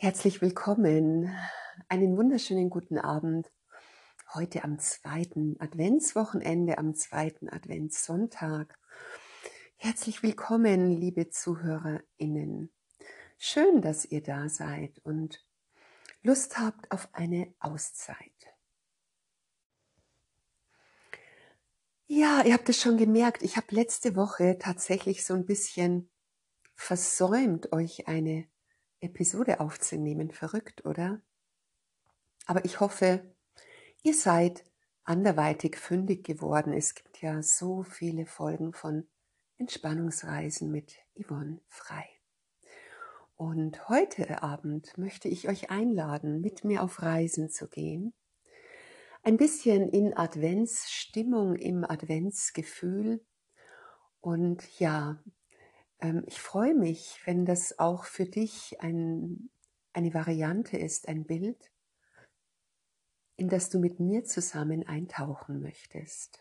Herzlich willkommen. Einen wunderschönen guten Abend. Heute am zweiten Adventswochenende, am zweiten Adventssonntag. Herzlich willkommen, liebe ZuhörerInnen. Schön, dass ihr da seid und Lust habt auf eine Auszeit. Ja, ihr habt es schon gemerkt, ich habe letzte Woche tatsächlich so ein bisschen versäumt, euch eine Episode aufzunehmen. Verrückt, oder? Aber ich hoffe, ihr seid anderweitig fündig geworden. Es gibt ja so viele Folgen von Entspannungsreisen mit Yvonne Frei. Und heute Abend möchte ich euch einladen, mit mir auf Reisen zu gehen. Ein bisschen in Adventsstimmung, im Adventsgefühl. Und ja, ich freue mich, wenn das auch für dich eine Variante ist, ein Bild, in das du mit mir zusammen eintauchen möchtest.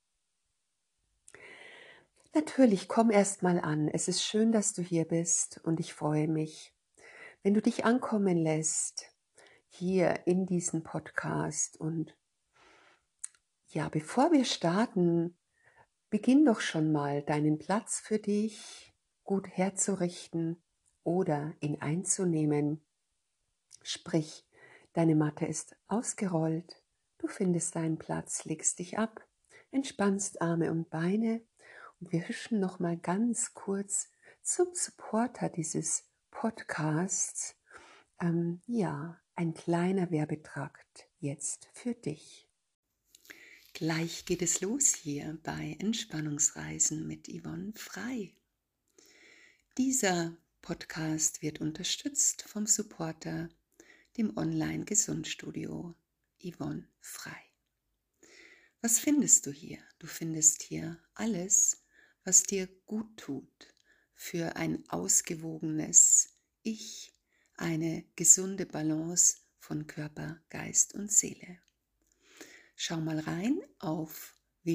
Natürlich, komm erst mal an. Es ist schön, dass du hier bist und ich freue mich, wenn du dich ankommen lässt hier in diesem Podcast. Und ja, bevor wir starten, beginn doch schon mal deinen Platz für dich gut herzurichten oder ihn einzunehmen. Sprich, deine Matte ist ausgerollt, du findest deinen Platz, legst dich ab, entspannst Arme und Beine. Und wir hüschen noch mal ganz kurz zum Supporter dieses Podcasts. Ein kleiner Werbetrakt jetzt für dich. Gleich geht es los hier bei Entspannungsreisen mit Yvonne Frei. Dieser Podcast wird unterstützt vom Supporter, dem Online-Gesundstudio Yvonne Frei. Was findest du hier? Du findest hier alles, was dir gut tut, für ein ausgewogenes Ich, eine gesunde Balance von Körper, Geist und Seele. Schau mal rein auf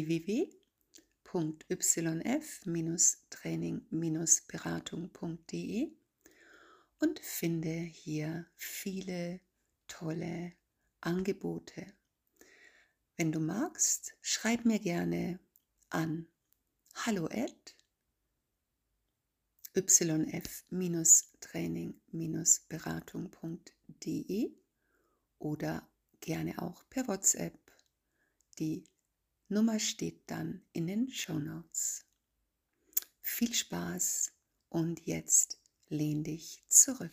www.yf-training-beratung.de und finde hier viele tolle Angebote. Wenn du magst, schreib mir gerne an hallo@yf-training-beratung.de oder gerne auch per WhatsApp. Die Nummer steht dann in den Shownotes. Viel Spaß und jetzt lehn dich zurück.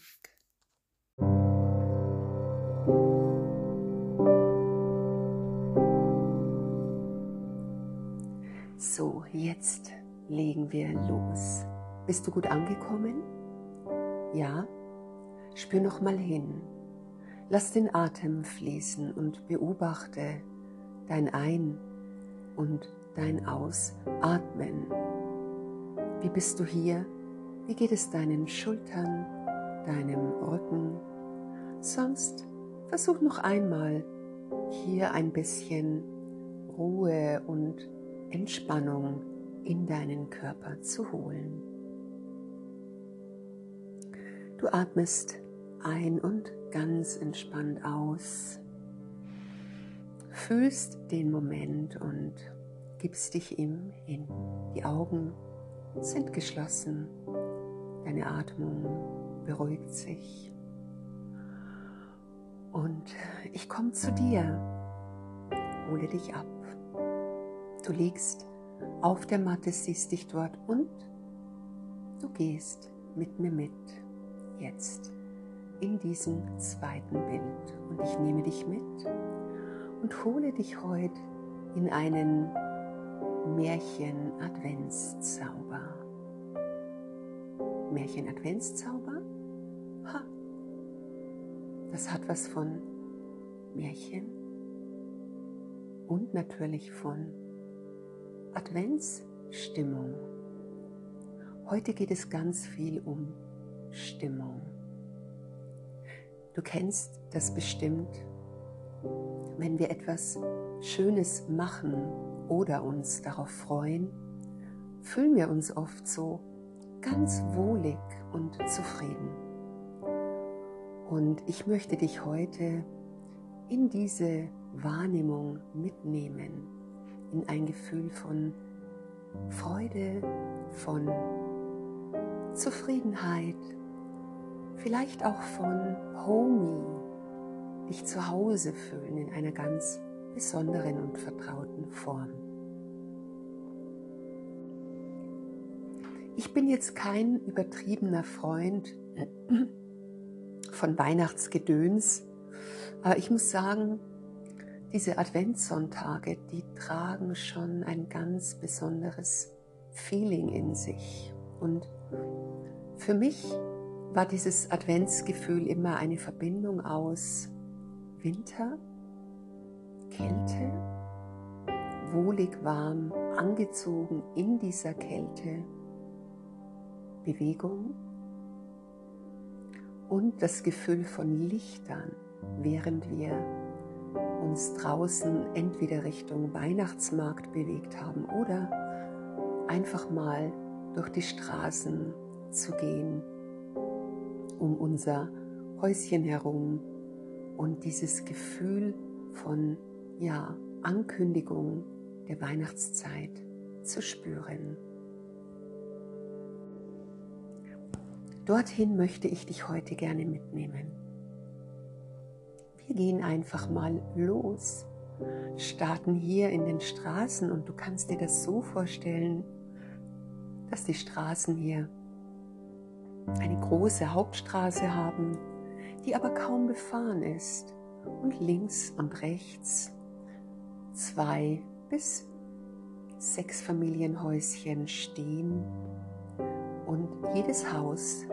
So, jetzt legen wir los. Bist du gut angekommen? Ja? Spür noch mal hin. Lass den Atem fließen und beobachte dein Ein- und dein Ausatmen. Wie bist du hier? Wie geht es deinen Schultern, deinem Rücken? Sonst versuch noch einmal hier ein bisschen Ruhe und Entspannung in deinen Körper zu holen. Du atmest ein und ganz entspannt aus. Fühlst den Moment und gibst dich ihm hin. Die Augen sind geschlossen, deine Atmung beruhigt sich. Und ich komme zu dir, hole dich ab. Du liegst auf der Matte, siehst dich dort und du gehst mit mir mit, jetzt in diesem zweiten Bild. Und ich nehme dich mit und hole dich heute in einen Märchen-Adventszauber. Märchen-Adventszauber? Ha! Das hat was von Märchen und natürlich von Adventsstimmung. Heute geht es ganz viel um Stimmung. Du kennst das bestimmt, wenn wir etwas Schönes machen oder uns darauf freuen, fühlen wir uns oft so ganz wohlig und zufrieden. Und ich möchte dich heute in diese Wahrnehmung mitnehmen, in ein Gefühl von Freude, von Zufriedenheit, vielleicht auch von Homey, dich zu Hause fühlen in einer ganz besonderen und vertrauten Form. Ich bin jetzt kein übertriebener Freund von Weihnachtsgedöns, aber ich muss sagen, diese Adventssonntage, die tragen schon ein ganz besonderes Feeling in sich. Und für mich war dieses Adventsgefühl immer eine Verbindung aus Winter, Kälte, wohlig warm, angezogen in dieser Kälte, Bewegung und das Gefühl von Lichtern, während wir uns draußen entweder Richtung Weihnachtsmarkt bewegt haben oder einfach mal durch die Straßen zu gehen, um unser Häuschen herum und dieses Gefühl von Ankündigung der Weihnachtszeit zu spüren. Dorthin möchte ich dich heute gerne mitnehmen. Wir gehen einfach mal los, starten hier in den Straßen und du kannst dir das so vorstellen, dass die Straßen hier eine große Hauptstraße haben, die aber kaum befahren ist und links und rechts 2 bis 6 Familienhäuschen stehen und jedes Haus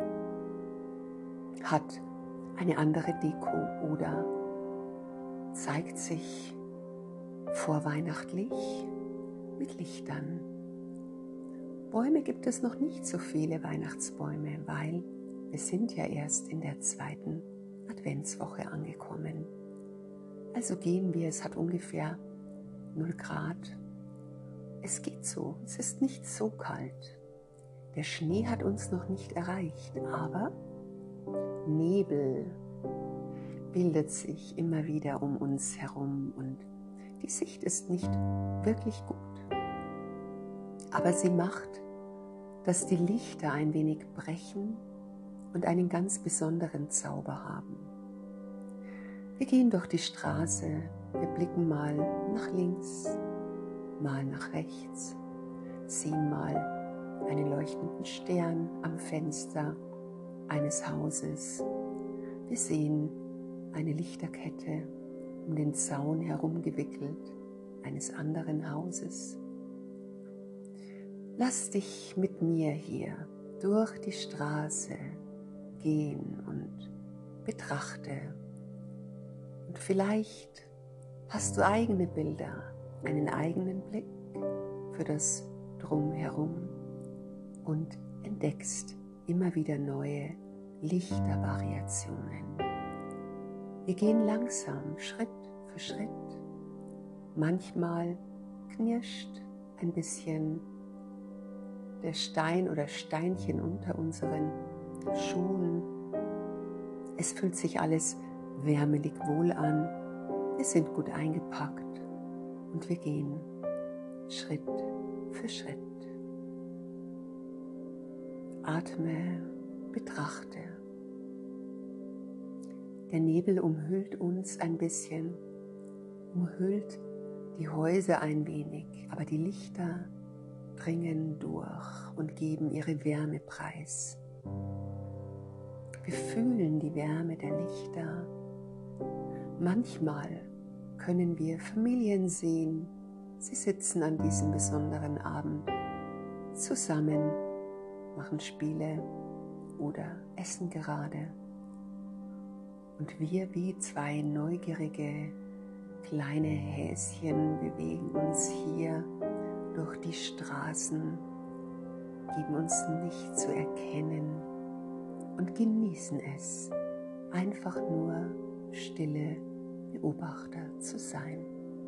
hat eine andere Deko oder zeigt sich vorweihnachtlich mit Lichtern. Bäume gibt es noch nicht so viele Weihnachtsbäume, weil wir sind ja erst in der 2. Adventswoche angekommen. Also gehen wir, es hat ungefähr 0 Grad. Es geht so, es ist nicht so kalt. Der Schnee hat uns noch nicht erreicht, aber Nebel bildet sich immer wieder um uns herum und die Sicht ist nicht wirklich gut. Aber sie macht, dass die Lichter ein wenig brechen und einen ganz besonderen Zauber haben. Wir gehen durch die Straße, wir blicken mal nach links, mal nach rechts, sehen mal einen leuchtenden Stern am Fenster eines Hauses. Wir sehen eine Lichterkette um den Zaun herum gewickelt eines anderen Hauses. Lass dich mit mir hier durch die Straße gehen und betrachte. Und vielleicht hast du eigene Bilder, einen eigenen Blick für das Drumherum und entdeckst immer wieder neue Lichtervariationen. Wir gehen langsam, Schritt für Schritt. Manchmal knirscht ein bisschen der Stein oder Steinchen unter unseren Schuhen. Es fühlt sich alles wärmelig wohl an. Wir sind gut eingepackt und wir gehen Schritt für Schritt. Atme, betrachte. Der Nebel umhüllt uns ein bisschen, umhüllt die Häuser ein wenig, aber die Lichter dringen durch und geben ihre Wärme preis. Wir fühlen die Wärme der Lichter. Manchmal können wir Familien sehen, sie sitzen an diesem besonderen Abend zusammen, machen Spiele oder essen gerade. Und wir wie 2 neugierige kleine Häschen bewegen uns hier durch die Straßen, geben uns nicht zu erkennen und genießen es, einfach nur stille Beobachter zu sein.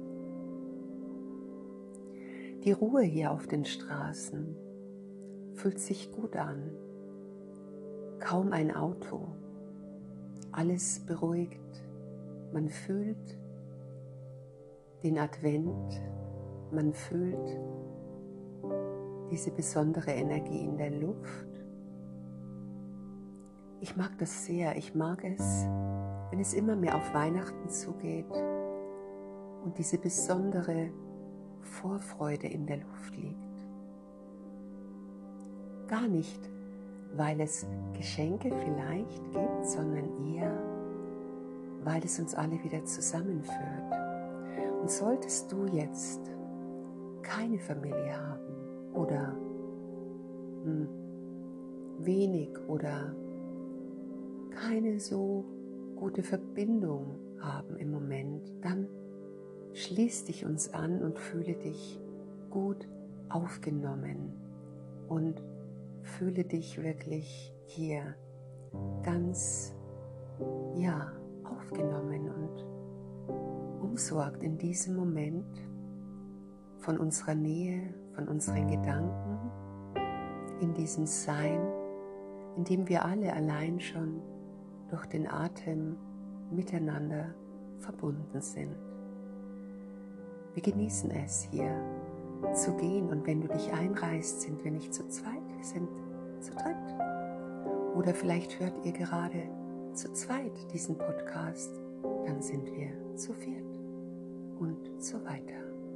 Die Ruhe hier auf den Straßen fühlt sich gut an. Kaum ein Auto, alles beruhigt. Man fühlt den Advent, man fühlt diese besondere Energie in der Luft. Ich mag das sehr. Ich mag es, wenn es immer mehr auf Weihnachten zugeht und diese besondere Vorfreude in der Luft liegt. Gar nicht, weil es Geschenke vielleicht gibt, sondern eher, weil es uns alle wieder zusammenführt. Und solltest du jetzt keine Familie haben oder wenig oder keine so gute Verbindung haben im Moment, dann schließ dich uns an und fühle dich gut aufgenommen und fühle dich wirklich hier ganz, aufgenommen und umsorgt in diesem Moment von unserer Nähe, von unseren Gedanken, in diesem Sein, in dem wir alle allein schon durch den Atem miteinander verbunden sind. Wir genießen es, hier zu gehen, und wenn du dich einreißt, sind wir nicht zu zweit, wir sind zu dritt. Oder vielleicht hört ihr gerade zu zweit diesen Podcast, dann sind wir zu viert und so weiter.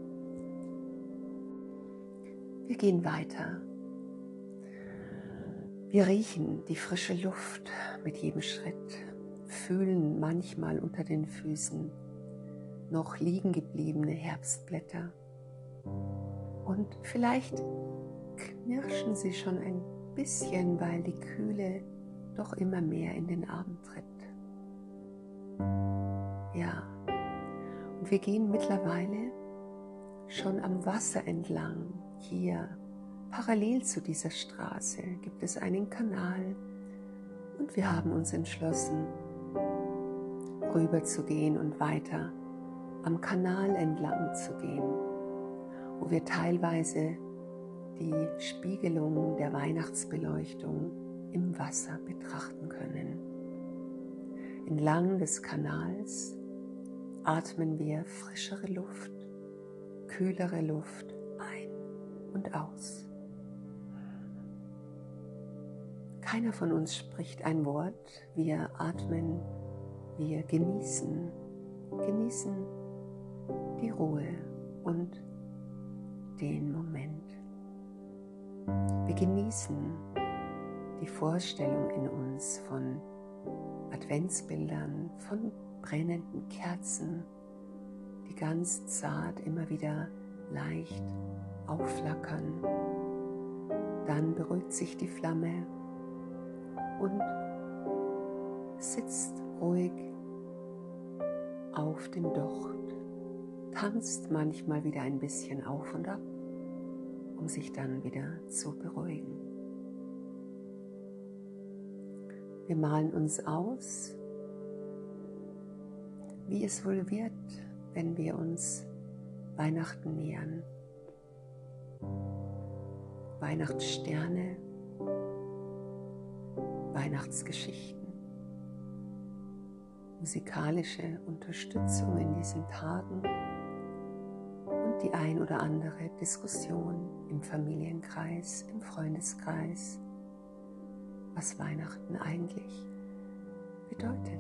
Wir gehen weiter. Wir riechen die frische Luft mit jedem Schritt, fühlen manchmal unter den Füßen noch liegen gebliebene Herbstblätter und vielleicht knirschen sie schon ein bisschen, weil die Kühle doch immer mehr in den Abend tritt. Ja, und wir gehen mittlerweile schon am Wasser entlang. Hier, parallel zu dieser Straße, gibt es einen Kanal und wir haben uns entschlossen, rüber zu gehen und weiter am Kanal entlang zu gehen, wo wir teilweise die Spiegelung der Weihnachtsbeleuchtung im Wasser betrachten können. Entlang des Kanals atmen wir frischere Luft, kühlere Luft ein und aus. Keiner von uns spricht ein Wort, wir atmen, wir genießen die Ruhe und den Moment. Wir genießen die Vorstellung in uns von Adventsbildern, von brennenden Kerzen, die ganz zart immer wieder leicht aufflackern. Dann beruhigt sich die Flamme und sitzt ruhig auf dem Docht, tanzt manchmal wieder ein bisschen auf und ab, um sich dann wieder zu beruhigen. Wir malen uns aus, wie es wohl wird, wenn wir uns Weihnachten nähern. Weihnachtssterne, Weihnachtsgeschichten, musikalische Unterstützung in diesen Tagen und die ein oder andere Diskussion im Familienkreis, im Freundeskreis, was Weihnachten eigentlich bedeutet.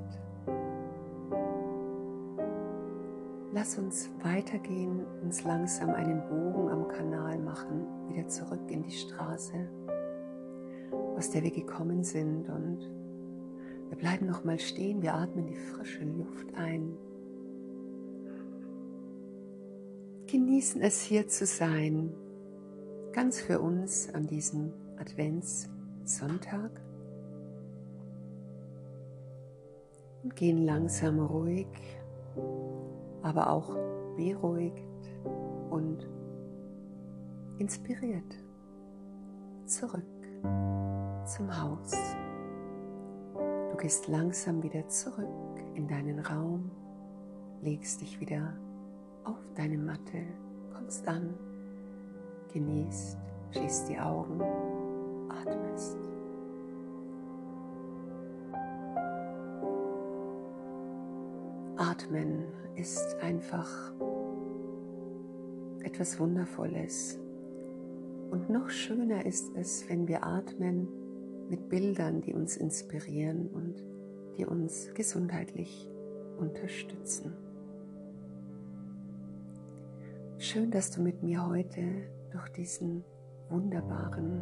Lass uns weitergehen, uns langsam einen Bogen am Kanal machen, wieder zurück in die Straße, aus der wir gekommen sind, und wir bleiben noch mal stehen, wir atmen die frische Luft ein. Genießen es, hier zu sein, ganz für uns an diesem Adventssonntag, und gehen langsam ruhig, aber auch beruhigt und inspiriert zurück zum Haus. Du gehst langsam wieder zurück in deinen Raum, legst dich wieder auf deine Matte, kommst an, genießt, schließt die Augen, atmest. Atmen ist einfach etwas Wundervolles. Und noch schöner ist es, wenn wir atmen mit Bildern, die uns inspirieren und die uns gesundheitlich unterstützen. Schön, dass du mit mir heute durch diesen wunderbaren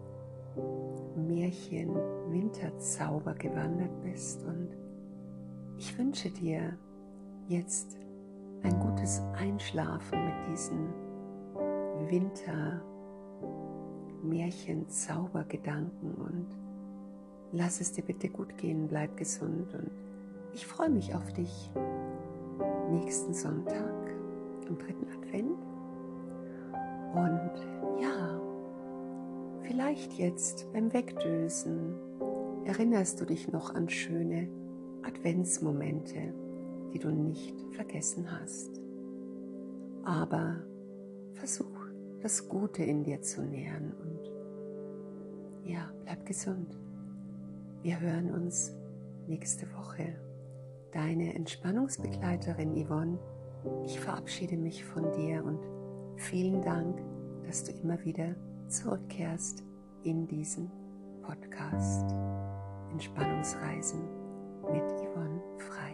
Märchen-Winterzauber gewandert bist, und ich wünsche dir jetzt ein gutes Einschlafen mit diesen Winter-Märchen-Zaubergedanken, und lass es dir bitte gut gehen, bleib gesund, und ich freue mich auf dich nächsten Sonntag am 3. Advent. Und ja, vielleicht jetzt beim Wegdösen erinnerst du dich noch an schöne Adventsmomente, die du nicht vergessen hast. Aber versuch, das Gute in dir zu nähren, und ja, bleib gesund. Wir hören uns nächste Woche. Deine Entspannungsbegleiterin Yvonne. Ich verabschiede mich von dir und vielen Dank, dass du immer wieder zurückkehrst in diesen Podcast Entspannungsreisen mit Yvonne Frei.